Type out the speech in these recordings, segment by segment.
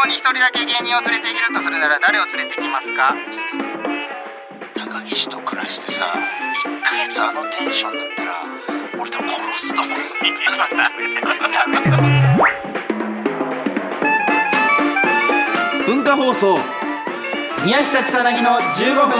に一人だけ芸人を連れて行けるとするなら誰を連れて行きますか？ 高岸と暮らしてさ、1ヶ月あのテンションだったら俺多分殺すと思う。ダメです。 文化放送宮下草薙の15分。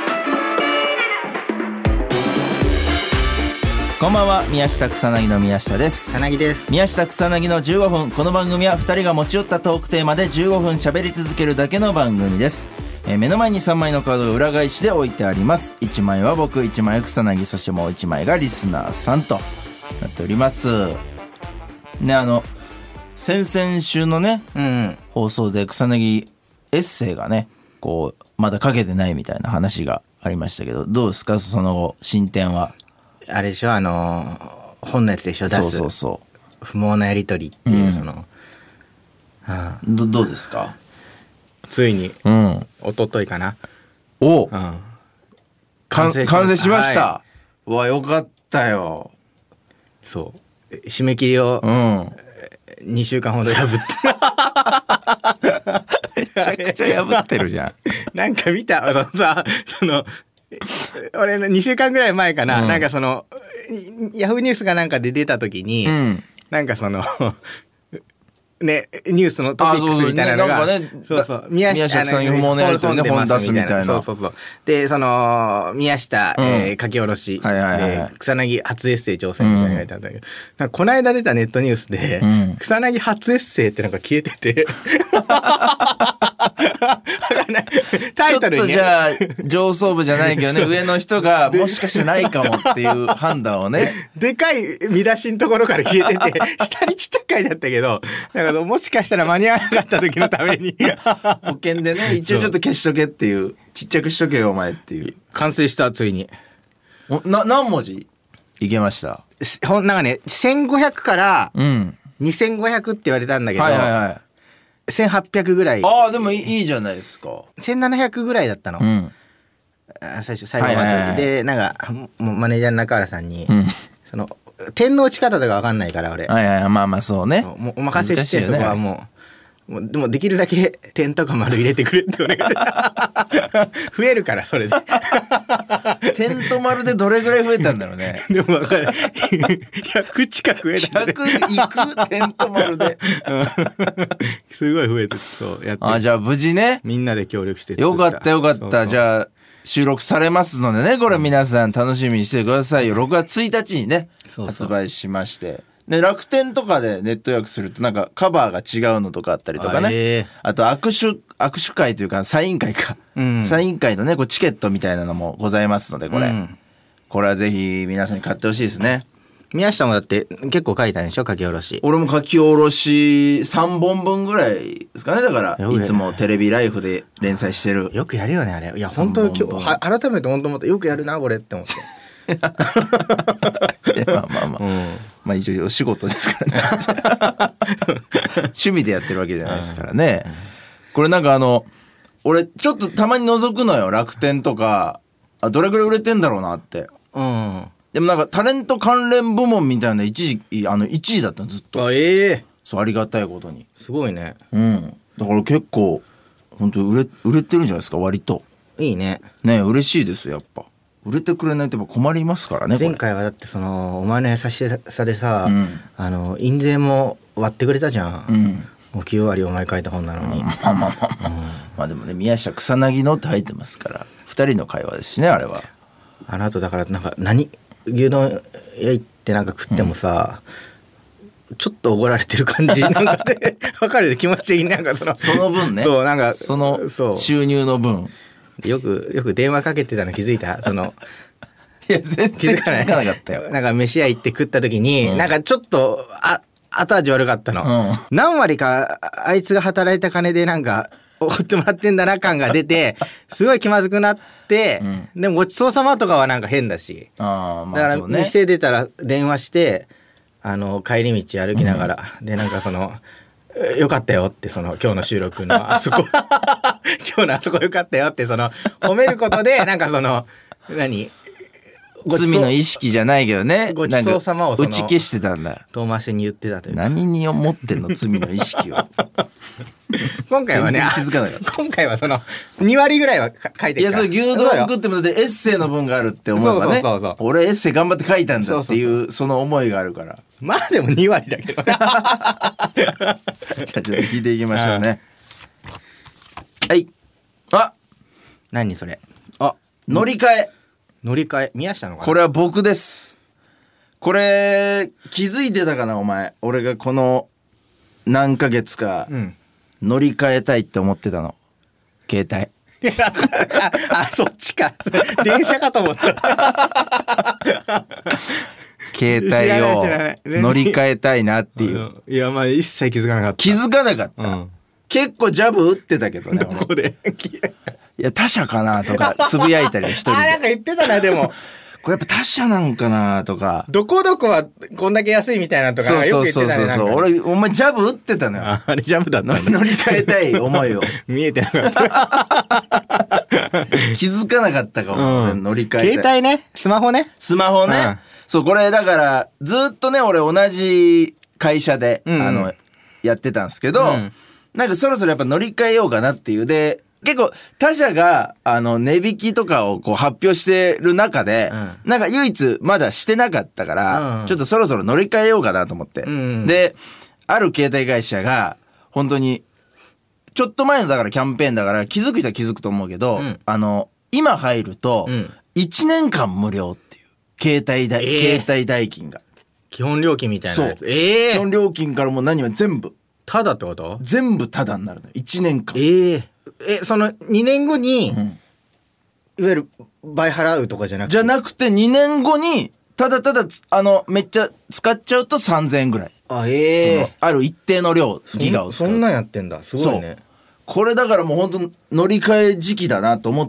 こんばんは、宮下草薙の宮下です。 草薙です。 宮下草薙の15分。この番組は2人が持ち寄ったトークテーマで15分喋り続けるだけの番組です。目の前に3枚のカードが裏返しで置いてあります。1枚は僕、1枚は草薙、そしてもう1枚がリスナーさんとなっておりますね。先々週のね、放送で草薙エッセイがねこうまだ書けてないみたいな話がありましたけど、どうですか、その後進展は。 あれでしょ、本のやつでしょ、出すそう不毛なやりとりっていう、 どうですか。 ついに、一昨日かな、 完成しました、 はうわよかったよ。 そう締め切りを、2週間ほど破ってめちゃくちゃ破ってるじゃん。 なんか見た俺の2週間ぐらい前かな、なんかヤフーニュースかなんかで出た時に、なんかね、ニュースのトピックスみたいなのが、 宮下さんに不毛なやりとりで本出すみたいな。 で宮下、書き下ろし、草薙初エッセイ挑戦みたいなのが書いてあったんだけど、なんかこの間出たネットニュースで、草薙初エッセイってなんか消えててタイトルにね、 ちょっとじゃあ上層部じゃないけどね、上の人がもしかしてないかもっていう判断をねでかい見出しのところから消えてて下にちっちゃく書いてあったけど、だからもしかしたら間に合わなかった時のために保険でね一応ちょっと消しとけっていう、ちっちゃくしとけよお前っていう。 完成した。ついに何文字いけました？ なんかね1500から2500って言われたんだけど、1800ぐらい。 ああでもいいじゃないですか。 1700ぐらいだったの、最後まで、でなんかもうマネージャーの中原さんに、点の打ち方とか分かんないから俺、 まあそうね、 もうお任せして、そこはもうでもできるだけ点とか丸入れてくれってお願い増えるからそれで点と丸でどれぐらい増えたんだろうねでも分かる100近く増えた、 100いく点と丸ですごい増えて、そうやって、 じゃあ無事ねみんなで協力してよかったよかった。 そうじゃあ収録されますのでね、これ皆さん楽しみにしてくださいよ。6月1日にね発売しまして、で楽天とかでネット予約するとなんかカバーが違うのとかあったりとかね、あと握手会というかサイン会か、サイン会のねこうチケットみたいなのもございますので、これはぜひ皆さんに買ってほしいですね。 宮下もだって結構書いたんでしょ、書き下ろし。 俺も書き下ろし3本分ぐらいですかね。だからいつもテレビライフで連載してる。 よくやるよねあれ。いや本当に今日改めて本当思ってよくやるなこれって思ってまあ一応お仕事ですからね趣味でやってるわけじゃないですからね、これなんか俺ちょっとたまに覗くのよ、楽天とかどれぐらい売れてんだろうなって、でもなんかタレント関連部門みたいな一時1位だったのずっと。そう、ありがたいことにすごいね。 だから結構本当売れてるんじゃないですか、割と。 いいね。 嬉しいですよ。やっぱ売れてくれないとやっぱ困りますからね。 前回はだってお前の優しさでさ、印税も割ってくれたじゃん、もう9割お前書いた本なのに、 まあでもね、宮下草薙のって入ってますから2人の会話ですしね、あれは。 あの後だからなんか牛丼屋行ってなんか食ってもさ、ちょっとおごられてる感じなんかね分かる気持ち的になんかその分ね、そうなんかその収入の分よく電話かけてたの気づいた。いや全然気づかなかったよ。 なんか飯屋行って食った時に、なんかちょっと後味悪かったの、何割かあいつが働いた金でなんか送ってもらってんだな感が出てすごい気まずくなって、でもごちそうさまとかはなんか変だし、だから店出たら電話して帰り道歩きながら、でなんかよかったよって今日の収録のあそこ今日のあそこよかったよって褒めることでなんか何罪の意識じゃないけどね、 ごちそうさまを打ち消してたんだ。 遠回しに言ってたというか。 何に思ってんの罪の意識を今回はね全然気づかなかった今回はその2割ぐらいは書いてるから。 いやそれ牛丼食ってもだってエッセイの分があるって思えばね、 そう俺エッセイ頑張って書いたんだっていうその思いがあるから。 まあでも2割だけどねじゃあちょっと聞いていきましょうね。はい。あ、 何それ。 乗り換え。 乗り換え宮下のかな。 これは僕です。これ気づいてたかなお前。俺がこの何ヶ月か乗り換えたいって思ってたの。携帯。 あ、そっちか。電車かと思った。 携帯を乗り換えたいなっていう。 いやまあ一切気づかなかった。 気づかなかった。結構ジャブ打ってたけどね。 どこで。 いや他社かなとかつぶやいたり一人で。 なんか言ってたなでも。 これやっぱ他社なんかなとか。 どこどこはこんだけ安いみたいなとかよく言ってたね。 そう俺お前ジャブ打ってたのよ。 あれジャブだったんだ。 乗り換えたい思いを。 見えてなかった。 気づかなかったかも、乗り換えたい。 携帯ね、スマホね。 そうこれだからずっとね俺同じ会社で、やってたんですけど、なんかそろそろやっぱ乗り換えようかなっていうで。結構他社が値引きとかをこう発表してる中で、なんか唯一まだしてなかったから、ちょっとそろそろ乗り換えようかなと思って、である携帯会社が本当にちょっと前のだからキャンペーンだから気づく人は気づくと思うけど、今入ると1年間無料っていう携帯代金が基本料金みたいなやつ。 基本料金からもう何は全部タダってこと？ 全部タダになるの1年間。 その2年後に、いわゆる倍払うとかじゃなくて 2年後にただめっちゃ使っちゃうと3000円ぐらい。ある一定の量ギガを使う。 そんなんやってんだ。すごいね。 これだからもう本当乗り換え時期だなと思って、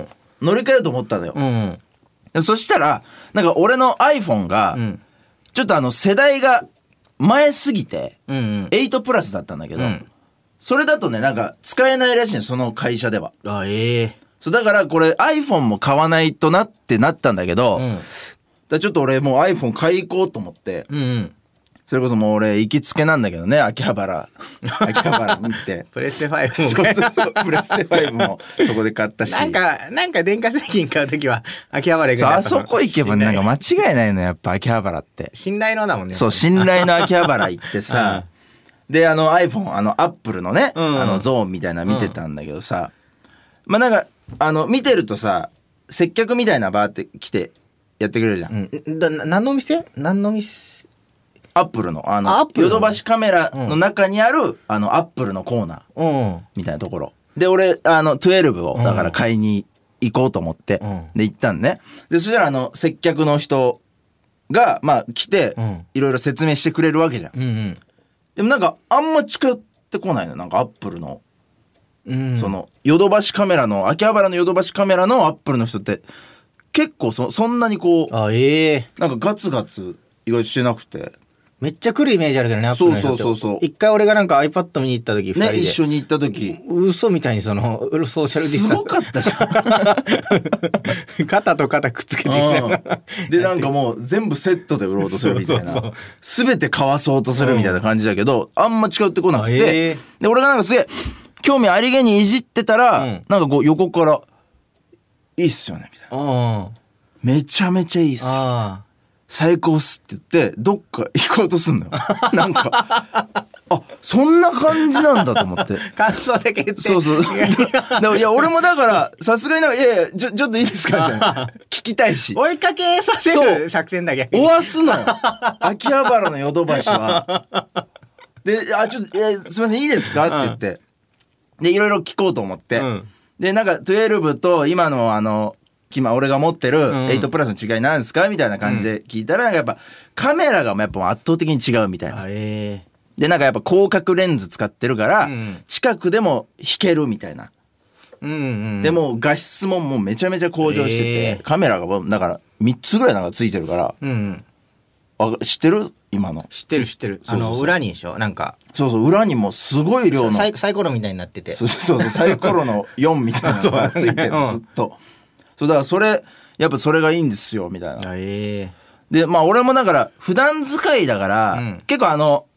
乗り換えようと思ったのよ、そしたらなんか俺の iPhone が、ちょっと世代が前すぎて、8プラスだったんだけど、それだとねなんか使えないらしいのその会社では。そうだからこれ iPhone も買わないとなってなったんだけど、だちょっと俺もう iPhone 買い行こうと思って、それこそもう俺行きつけなんだけどね秋葉原に行ってプレステ5もそうプレステ5もそこで買ったしなんか電化製品買うときは秋葉原行くんだ。 あそこ行けばなんか間違いないのやっぱ秋葉原って信頼のだもんね。 そう信頼の秋葉原行ってさでiPhone Apple のね、ゾーンみたいなの見てたんだけどさ、まあなんか見てるとさ接客みたいなバーって来てやってくれるじゃん、 何の店アップルのヨドバシカメラの中にあるアップルのコーナーみたいなところで俺12をだから買いに行こうと思ってで行ったんね。でそしたら接客の人がまあ来ていろいろ説明してくれるわけじゃん、でもなんかあんま近寄ってこないのなんかアップルのそのヨドバシカメラの秋葉原のヨドバシカメラのアップルの人って結構そんなにこうなんかガツガツ意外としてなくてめっちゃ来るイメージあるけどね。 そう一回俺がなんか iPad 見に行った時2人でね一緒に行った時嘘みたいにソーシャルディスタンスすごかったじゃん肩と肩くっつけてきてでなんかもう全部セットで売ろうとするみたいな全て買わそうとするみたいな感じだけどあんま近寄ってこなくてで俺がなんかすげえ興味ありげにいじってたら、なんかこう横からいいっすよねみたいなめちゃめちゃいいっすよ最高っすって言ってどっか行こうとすんのよなんかそんな感じなんだと思って感想だけ言ってそういや俺もだからさすがになんかいやちょっといいですかみたいな聞きたいし追いかけさせる作戦だけ追わすのよ秋葉原のヨドバシはでちょっとすいませんいいですかって言ってでいろいろ聞こうと思って、でなんか12と今の今俺が持ってる8プラスの違いなんですかみたいな感じで聞いたらなんかやっぱカメラがやっぱ圧倒的に違うみたいな、でなんかやっぱ広角レンズ使ってるから、近くでも弾けるみたいな、でも画質ももうめちゃめちゃ向上してて、カメラがだから3つぐらいなんかついてるから、知ってる今の知ってる裏にでしょなんかそう裏にもすごい量のサイコロみたいになっててそうサイコロの4みたいなのがついてるずっとそうだからやっぱそれがいいんですよみたいな、でまあ俺もだから普段使いだから、結構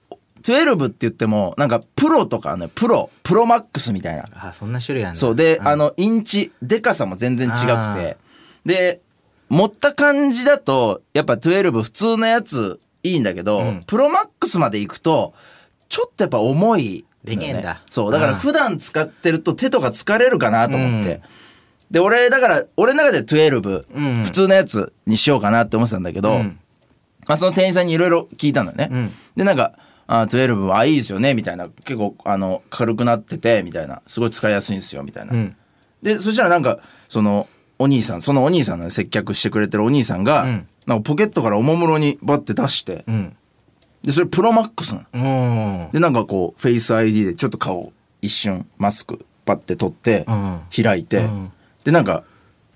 12って言ってもなんかプロとかねプロマックスみたいな。 あ、そんな種類あるんだ。 そうで、インチでかさも全然違くて、で持った感じだとやっぱ12普通のやついいんだけど、プロマックスまで行くとちょっとやっぱ重いでけえんだ。 そうだから普段使ってると手とか疲れるかなと思って、で俺の中で12、普通のやつにしようかなって思ってたんだけど、まあ、その店員さんにいろいろ聞いたんだね、でなんか12はいいですよねみたいな、結構軽くなっててみたいな、すごい使いやすいんですよみたいな、でそしたらなんかそのお兄さんの接客してくれてるお兄さんが、なんかポケットからおもむろにバッて出して、でそれプロマックスなの、でなんかこうフェイス ID でちょっと顔一瞬マスクパッて取って、開いて、でなんか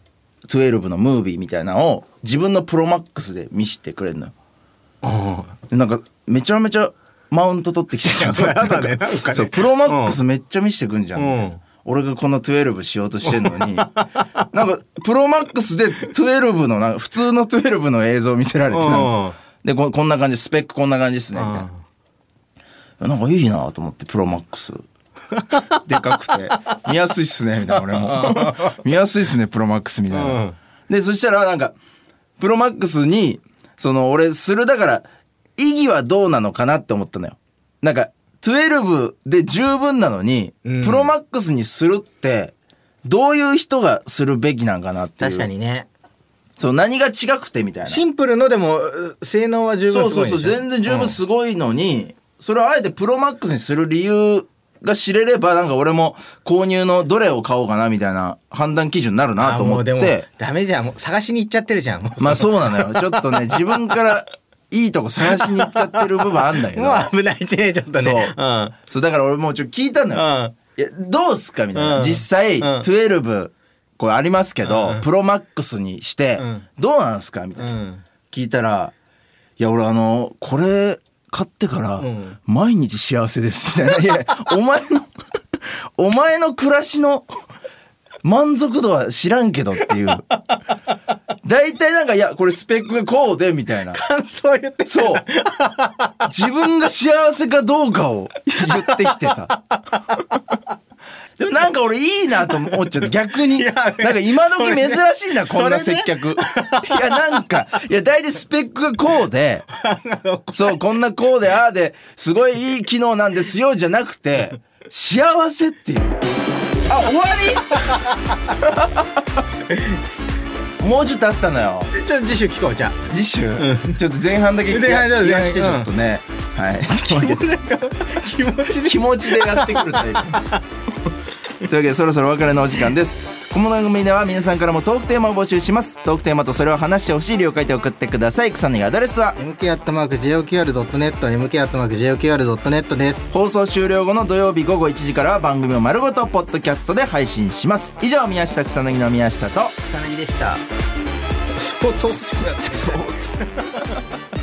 12のムービーみたいなのを自分のプロマックスで見せてくれるのよ。でなんかめちゃめちゃマウント取ってきてじゃん。そうプロマックスめっちゃ見せてくんじゃん、俺がこの12しようとしてんのになんかプロマックスで12の普通の12の映像を見せられて、でこんな感じ、スペックこんな感じっすねみたいな、なんかいいなと思って、プロマックスでかくて見やすいっすねみたいな、俺も見やすいっすねプロマックスみたいな、でそしたらなんかプロマックスにその俺だから意義はどうなのかなって思ったのよ。なんか12で十分なのに、プロマックスにするってどういう人がするべきなんかなっていう。 確かにね。 そう何が違くてみたいな。 シンプルのでも性能は十分すごいでしょ。 そう全然十分すごいのに、それをあえてプロマックスにする理由が知れれば、なんか俺も購入のどれを買おうかなみたいな判断基準になるなと思って。 もうでもダメじゃん、もう探しに行っちゃってるじゃん。もうまあそうなのよ。ちょっとね自分からいいとこ探しに行っちゃってる部分あんだけど。 もう危ないってね、ちょっとね。 そうだから俺もうちょっと聞いたんだよ。いやどうすかみたいな。実際12これありますけど、プロマックスにしてどうなんすかみたいな、聞いたら、いや俺これ買ってから毎日幸せですみたいな。いやお前の暮らしの満足度は知らんけどっていう。大体なんか、いやこれスペックがこうでみたいな感想言ってた。 そう自分が幸せかどうかを言ってきてさでもなんか俺いいなと思っちゃって逆に。なんか今時珍しいな、こんな接客。いやなんか、いや大体スペックがこうで、そうこんなこうでああですごいいい機能なんですよじゃなくて、幸せっていう。あ、終わりもうちょっとあったのよ。 ちょっと次週聞こう。じゃあ次週、ちょっと前半だけ言わしてちょっとね、はい、気持ちでやってくるタイプというわけでそろそろお別れのお時間です。この番組では皆さんからもトークテーマを募集します。トークテーマとそれを話してほしい理由を書いて送ってください。草薙アドレスは mk@joqr.net mk@joqr.net です。 放送終了後の土曜日午後1時からは番組を丸ごとポッドキャストで配信します。以上、宮下草薙の宮下と草薙でした。相当